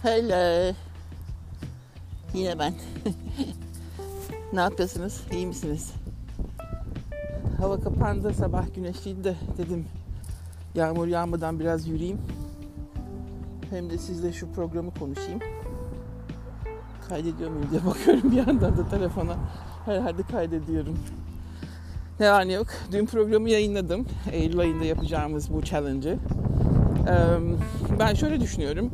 Hello. Yine ben. Ne yapıyorsunuz? İyi misiniz? Hava kapandı, sabah güneşliydi de dedim yağmur yağmadan biraz yürüyeyim. Hem de sizle şu programı konuşayım. Kaydediyor muyum diye bakıyorum bir yandan da telefona. Herhalde kaydediyorum. Ne var ne yok. Dün programı yayınladım. Eylül ayında yapacağımız bu challenge'ı. Ben şöyle düşünüyorum.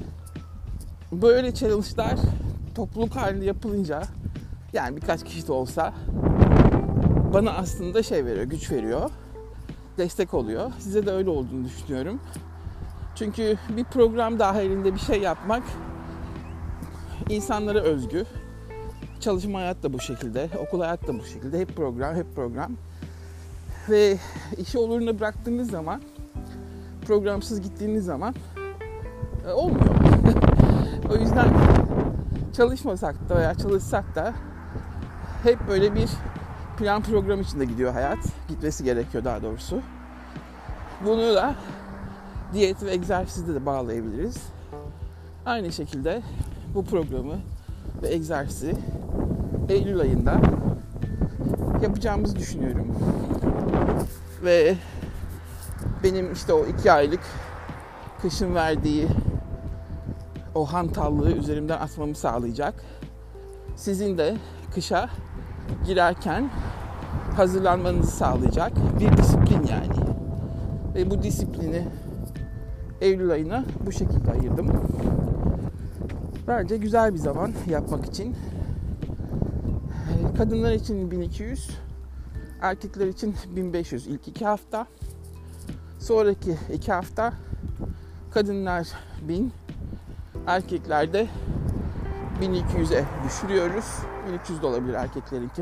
Böyle challenge'lar topluluk halinde yapılınca, yani birkaç kişi de olsa bana aslında veriyor, güç veriyor, destek oluyor. Size de öyle olduğunu düşünüyorum. Çünkü bir program dahilinde bir şey yapmak insanlara özgü. Çalışma hayat da bu şekilde, okul hayat da bu şekilde. Hep program. Ve işi oluruna bıraktığınız zaman, programsız gittiğiniz zaman olmuyor. O yüzden çalışmasak da veya çalışsak da hep böyle bir plan program içinde gidiyor hayat. Gitmesi gerekiyor daha doğrusu. Bunu da diyet ve egzersizde de bağlayabiliriz. Aynı şekilde bu programı ve egzersizi Eylül ayında yapacağımızı düşünüyorum. Ve benim o 2 aylık kışın verdiği o hantallığı üzerimden atmamı sağlayacak. Sizin de kışa girerken hazırlanmanızı sağlayacak bir disiplin yani. Ve bu disiplini Eylül ayına bu şekilde ayırdım. Bence güzel bir zaman yapmak için. Kadınlar için 1200, erkekler için 1500 ilk 2 hafta. Sonraki 2 hafta kadınlar 1000, erkeklerde 1200'e düşürüyoruz. 1300 de olabilir erkeklerinki.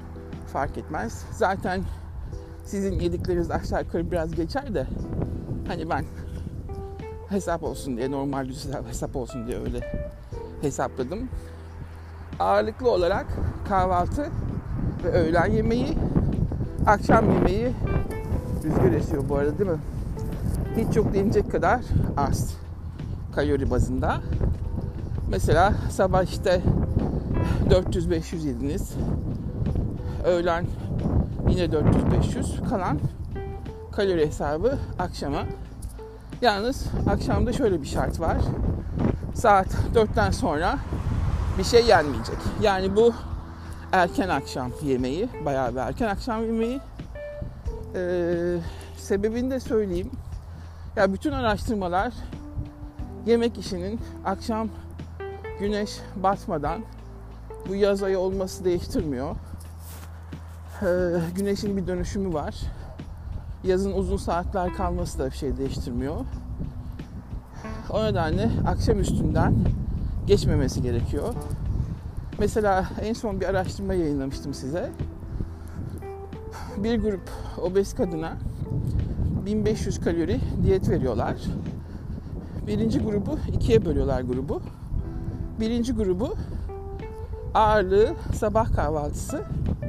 Fark etmez. Zaten sizin yedikleriniz aşağı yukarı biraz geçer de hani ben hesap olsun diye, normal düz hesap olsun diye öyle hesapladım. Ağırlıklı olarak kahvaltı ve öğlen yemeği, akşam yemeği, rüzgar esiyor bu arada değil mi? Hiç yok denecek kadar az kalori bazında. Mesela sabah 400-500 yediniz. Öğlen yine 400-500. Kalan kalori hesabı akşama. Yalnız akşamda şöyle bir şart var. Saat 4'ten sonra bir şey yenmeyecek. Yani bu erken akşam yemeği. Bayağı bir erken akşam yemeği. Sebebini de söyleyeyim. Ya bütün araştırmalar yemek işinin akşam güneş batmadan, bu yaz ayı olması değiştirmiyor. Güneşin bir dönüşümü var. Yazın uzun saatler kalması da bir şey değiştirmiyor. O nedenle akşam üstünden geçmemesi gerekiyor. Mesela en son bir araştırma yayınlamıştım size. Bir grup obez kadına 1500 kalori diyet veriyorlar. Birinci grubu 2'ye bölüyorlar grubu. Birinci grubu ağırlığı sabah kahvaltısı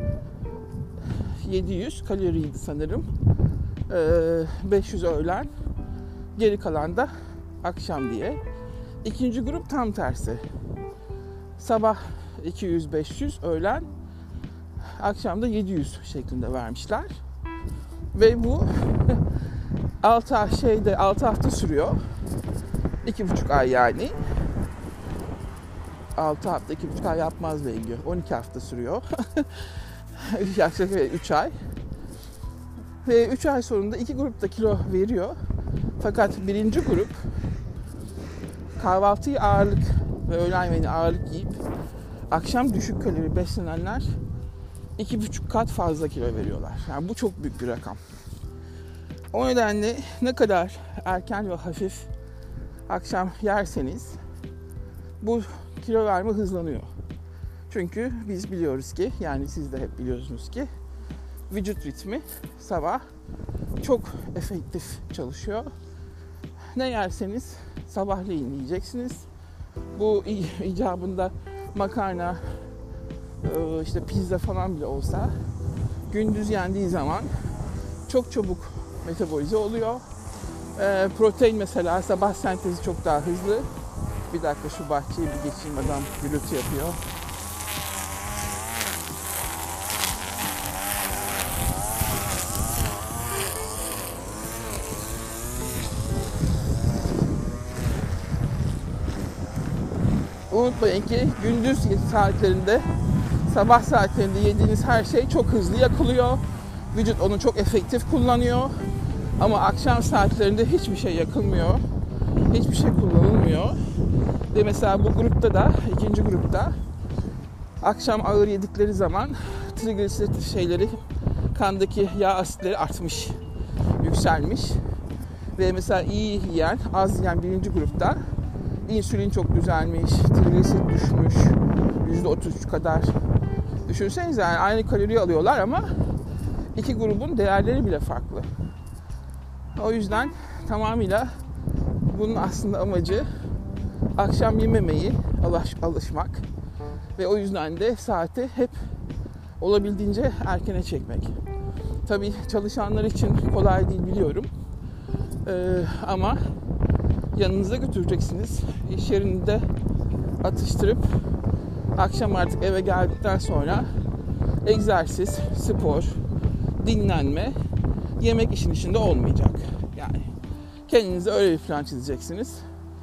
700 kaloriydi sanırım. 500 öğlen, geri kalan da akşam diye. İkinci grup tam tersi. Sabah 200-500, öğlen, akşamda 700 şeklinde vermişler. Ve bu 6 hafta sürüyor. 2,5 ay yani. 6 hafta 2,5 ay yapmaz Bengü. 12 hafta sürüyor. Yaklaşık 3 ay. Ve 3 ay sonunda 2 grup da kilo veriyor. Fakat birinci grup kahvaltıyı ağırlık ve öğlen yemeğini ağırlık yiyip akşam düşük kalori beslenenler 2,5 kat fazla kilo veriyorlar. Yani bu çok büyük bir rakam. O nedenle ne kadar erken ve hafif akşam yerseniz bu kilo verme hızlanıyor. Çünkü biz biliyoruz ki, yani siz de hep biliyorsunuz ki vücut ritmi sabah çok efektif çalışıyor. Ne yerseniz sabahleyin yiyeceksiniz. Bu icabında makarna, pizza falan bile olsa gündüz yendiği zaman çok çabuk metabolize oluyor. Protein mesela sabah sentezi çok daha hızlı. Bir dakika şu bahçeyi bir geçeyim, adam gürültü yapıyor. Unutmayın ki gündüz saatlerinde, sabah saatlerinde yediğiniz her şey çok hızlı yakılıyor. Vücut onu çok efektif kullanıyor. Ama akşam saatlerinde hiçbir şey yakılmıyor. Hiçbir şey kullanılmıyor. Ve mesela bu grupta da, ikinci grupta akşam ağır yedikleri zaman trigliserit şeyleri, kandaki yağ asitleri artmış, yükselmiş. Ve mesela iyi yiyen, az yiyen birinci grupta insülin çok düzelmiş, trigliserit düşmüş, %33 kadar. Düşünsenize yani aynı kaloriyi alıyorlar ama iki grubun değerleri bile farklı. O yüzden tamamıyla bunun aslında amacı akşam yememeyi alışmak ve o yüzden de saati hep olabildiğince erkene çekmek. Tabii çalışanlar için kolay değil biliyorum. Ama yanınıza götüreceksiniz. İş yerinde atıştırıp akşam artık eve geldikten sonra egzersiz, spor, dinlenme, yemek işin içinde olmayacak. Yani kendinize öyle bir plan çizeceksiniz.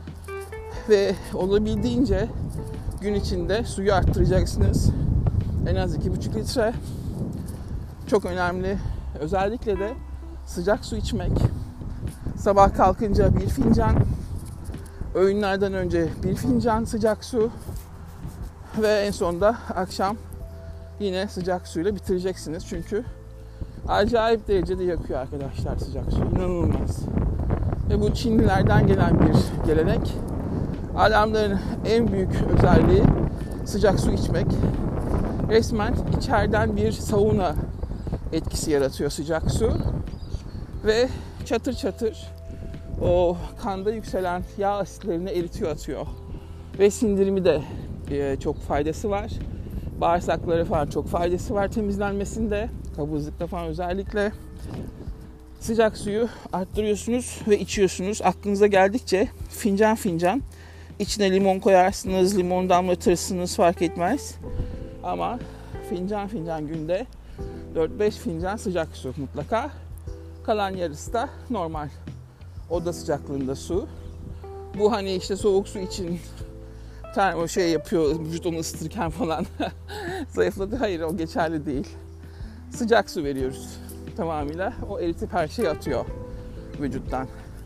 Ve olabildiğince gün içinde suyu arttıracaksınız. En az 2,5 litre. Çok önemli. Özellikle de sıcak su içmek. Sabah kalkınca 1 fincan. Öğünlerden önce 1 fincan sıcak su. Ve en sonunda akşam yine sıcak suyla bitireceksiniz. Çünkü acayip derecede yakıyor arkadaşlar sıcak su. İnanılmaz. Ve bu Çinlilerden gelen bir gelenek. Adamların en büyük özelliği sıcak su içmek. Resmen içeriden bir sauna etkisi yaratıyor sıcak su. Ve çatır çatır o kanda yükselen yağ asitlerini eritiyor, atıyor. Ve sindirimi de çok faydası var. Bağırsaklara falan çok faydası var temizlenmesinde. Kabızlıkta falan özellikle. Sıcak suyu arttırıyorsunuz ve içiyorsunuz. Aklınıza geldikçe fincan fincan. İçine limon koyarsınız, limon damlatırsınız, fark etmez. Ama fincan fincan günde 4-5 fincan sıcak su mutlaka. Kalan yarısı da normal oda sıcaklığında su. Bu hani işte soğuk su için termo şey yapıyor, vücut onu ısıtırken falan zayıfladı. Hayır, o geçerli değil. Sıcak su veriyoruz tamamıyla. O eritip her şeyi atıyor vücuttan.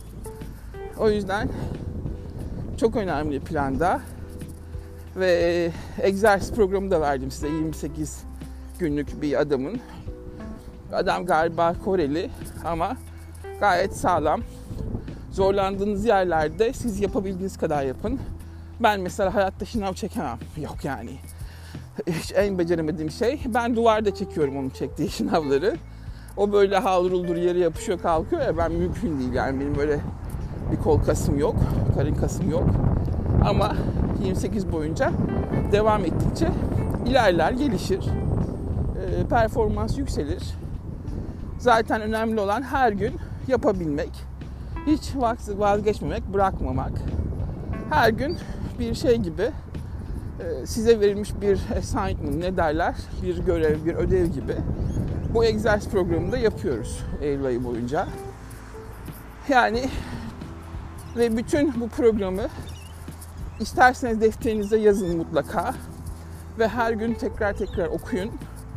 O yüzden çok önemli planda. Ve egzersiz programı da verdim size. 28 günlük bir adamın. Adam galiba Koreli ama gayet sağlam. Zorlandığınız yerlerde siz yapabildiğiniz kadar yapın. Ben mesela hayatta şınav çekemem. Yok yani. Hiç en beceremediğim şey. Ben duvarda çekiyorum onun çektiği şınavları. O böyle halruldur yere yapışıyor kalkıyor ya, ben mümkün değil yani, benim böyle bir kol kasım yok, karın kasım yok. Ama 28 boyunca devam ettikçe ilerler, gelişir. Performans yükselir. Zaten önemli olan her gün yapabilmek. Hiç vazgeçmemek, bırakmamak. Her gün bir şey gibi, size verilmiş bir assignment, ne derler, bir görev, bir ödev gibi. Bu egzersiz programında yapıyoruz Eylül ayı boyunca. Yani ve bütün bu programı isterseniz defterinize yazın mutlaka. Ve her gün tekrar okuyun.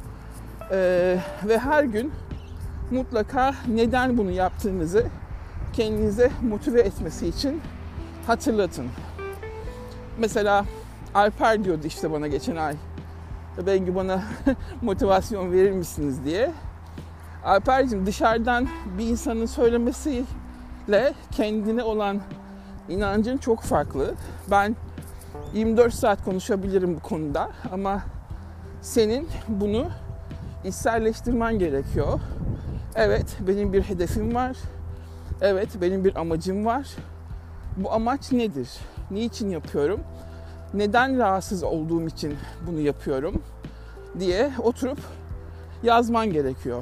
Ve her gün mutlaka neden bunu yaptığınızı kendinize motive etmesi için hatırlatın. Mesela Alper diyordu işte bana geçen ay, Bengü bana motivasyon verir misiniz diye. Alper'cim, dışarıdan bir insanın söylemesiyle kendine olan inancın çok farklı. Ben 24 saat konuşabilirim bu konuda ama senin bunu içselleştirmen gerekiyor. Evet, benim bir hedefim var. Evet, benim bir amacım var. Bu amaç nedir? Niçin yapıyorum? Neden rahatsız olduğum için bunu yapıyorum diye oturup yazman gerekiyor.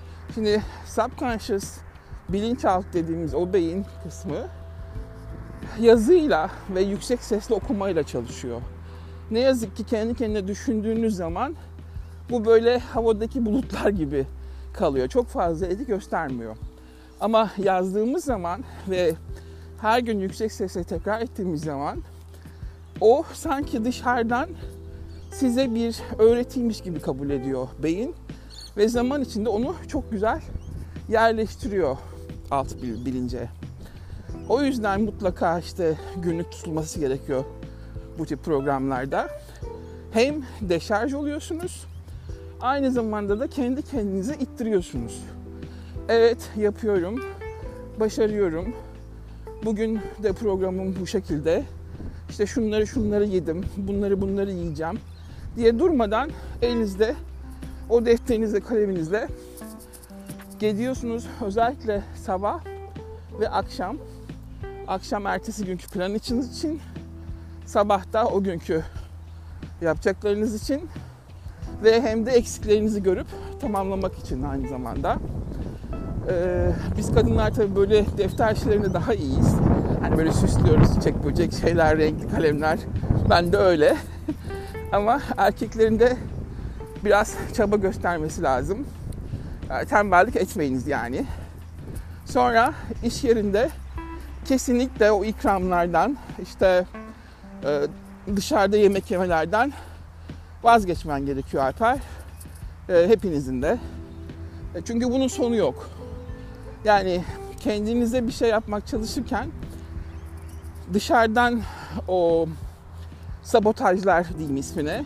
Şimdi subconscious, bilinçaltı dediğimiz o beyin kısmı yazıyla ve yüksek sesle okumayla çalışıyor. Ne yazık ki kendi kendine düşündüğünüz zaman bu böyle havadaki bulutlar gibi kalıyor. Çok fazla etki göstermiyor. Ama yazdığımız zaman ve her gün yüksek sesle tekrar ettiğimiz zaman o sanki dışarıdan size bir öğretiymiş gibi kabul ediyor beyin. Ve zaman içinde onu çok güzel yerleştiriyor alt bilince. O yüzden mutlaka işte günlük tutulması gerekiyor bu tip programlarda. Hem deşarj oluyorsunuz, aynı zamanda da kendi kendinize ittiriyorsunuz. Evet, yapıyorum, başarıyorum. Bugün de programım bu şekilde. İşte şunları yedim, bunları yiyeceğim diye durmadan elinizde o defterinizle, kaleminizle gidiyorsunuz. Özellikle sabah ve akşam. Akşam ertesi günkü planınız için, sabahta o günkü yapacaklarınız için ve hem de eksiklerinizi görüp tamamlamak için aynı zamanda. Biz kadınlar tabii böyle defter işlerinde daha iyiyiz. Hani böyle süslüyoruz, çiçek böcek şeyler, renkli kalemler. Ben de öyle. Ama erkeklerin de biraz çaba göstermesi lazım. Tembellik etmeyiniz yani. Sonra iş yerinde kesinlikle o ikramlardan, işte dışarıda yemek yemelerden vazgeçmen gerekiyor Alper. Hepinizin de. Çünkü bunun sonu yok. Yani kendinize bir şey yapmak çalışırken dışarıdan o sabotajlar diyeyim ismine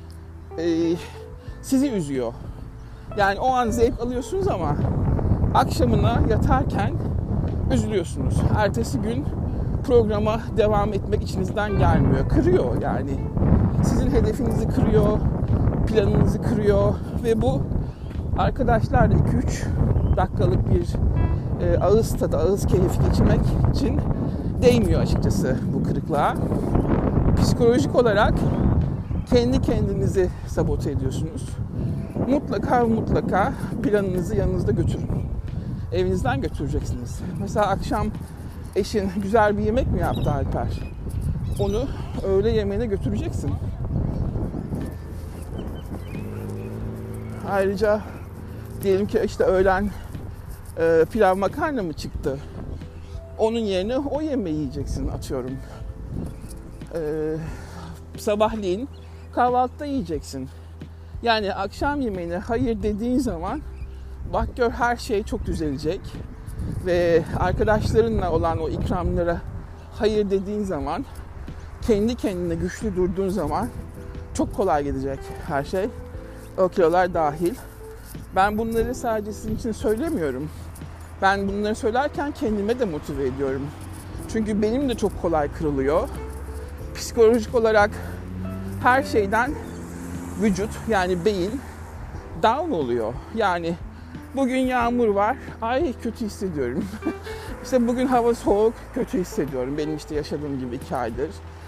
sizi üzüyor. Yani o an zevk alıyorsunuz ama akşamına yatarken üzülüyorsunuz. Ertesi gün programa devam etmek içinizden gelmiyor. Kırıyor yani. Sizin hedefinizi kırıyor, planınızı kırıyor ve bu arkadaşlarla 2-3 dakikalık bir ağız tadı, ağız keyfi geçirmek için değmiyor açıkçası bu kırıklığa. Psikolojik olarak kendi kendinizi sabote ediyorsunuz. Mutlaka planınızı yanınızda götürün. Evinizden götüreceksiniz. Mesela akşam eşin güzel bir yemek mi yaptı Alper? Onu öğle yemeğine götüreceksin. Ayrıca diyelim ki işte öğlen pilav makarna mı çıktı? Onun yerine o yemeği yiyeceksin atıyorum. Sabahleyin kahvaltıda yiyeceksin. Yani akşam yemeğine hayır dediğin zaman bak gör her şey çok düzelecek. Ve arkadaşlarınla olan o ikramlara hayır dediğin zaman, kendi kendine güçlü durduğun zaman çok kolay gidecek her şey. O kilolar dahil. Ben bunları sadece sizin için söylemiyorum. Ben bunları söylerken kendime de motive ediyorum. Çünkü benim de çok kolay kırılıyor. Psikolojik olarak her şeyden vücut yani beyin down oluyor. Yani bugün yağmur var, ay kötü hissediyorum. İşte bugün hava soğuk, kötü hissediyorum. Benim işte yaşadığım gibi 2 aydır.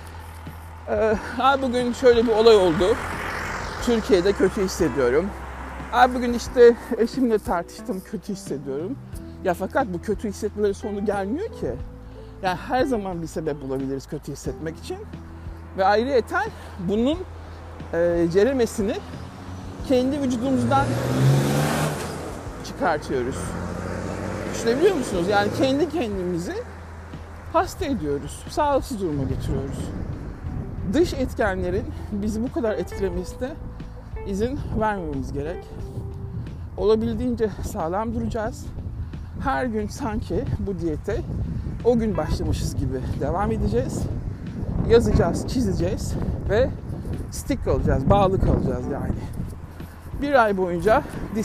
Bugün şöyle bir olay oldu. Türkiye'de kötü hissediyorum. Bugün işte eşimle tartıştım, kötü hissediyorum. Ya fakat bu kötü hissetmelerin sonu gelmiyor ki. Yani her zaman bir sebep bulabiliriz kötü hissetmek için. Ve ayrıyeten bunun ceremesini kendi vücudumuzdan çıkartıyoruz. Düşünebiliyor musunuz? Yani kendi kendimizi hasta ediyoruz. Sağlıksız duruma getiriyoruz. Dış etkenlerin bizi bu kadar etkilemesine izin vermememiz gerek. Olabildiğince sağlam duracağız. Her gün sanki bu diyete o gün başlamışız gibi devam edeceğiz. Yazacağız, çizeceğiz ve stick kalacağız, bağlı kalacağız yani. 1 ay boyunca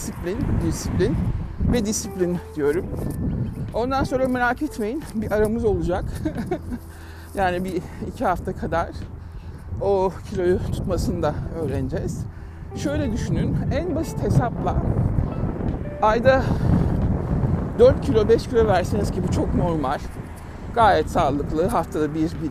disiplin diyorum. Ondan sonra merak etmeyin, bir aramız olacak. Yani bir 2 hafta kadar o kiloyu tutmasını da öğreneceğiz. Şöyle düşünün, en basit hesapla ayda 4 kilo, 5 kilo verseniz ki bu çok normal. Gayet sağlıklı. Haftada 1, 2,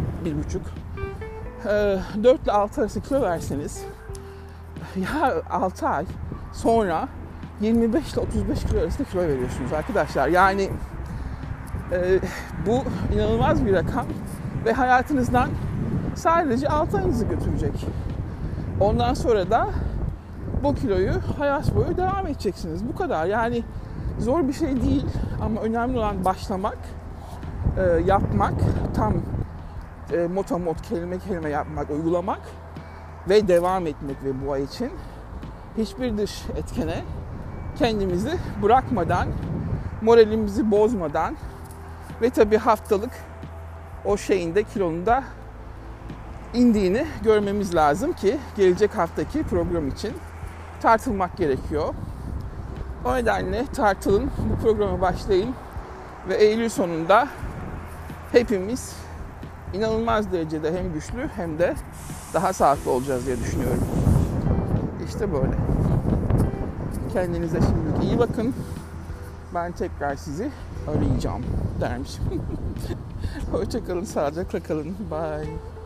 1,5. 4 ile 6 arası kilo verseniz ya 6 ay sonra 25 ile 35 kilo arasında kilo veriyorsunuz arkadaşlar. Yani Bu inanılmaz bir rakam ve hayatınızdan sadece 6 ayınızı götürecek. Ondan sonra da bu kiloyu hayat boyu devam edeceksiniz. Bu kadar. Yani zor bir şey değil ama önemli olan başlamak, yapmak, tam motomot kelime kelime yapmak, uygulamak ve devam etmek ve bu ay için hiçbir dış etkene kendimizi bırakmadan, moralimizi bozmadan ve tabii haftalık o şeyin de kilonun da indiğini görmemiz lazım ki gelecek haftaki program için tartılmak gerekiyor. O nedenle tartılın, bu programa başlayın ve Eylül sonunda hepimiz inanılmaz derecede hem güçlü hem de daha sağlıklı olacağız diye düşünüyorum. İşte böyle. Kendinize şimdilik iyi bakın. Ben tekrar sizi arayacağım dermişim. Hoşça kalın, sağlıcakla kalın. Bye.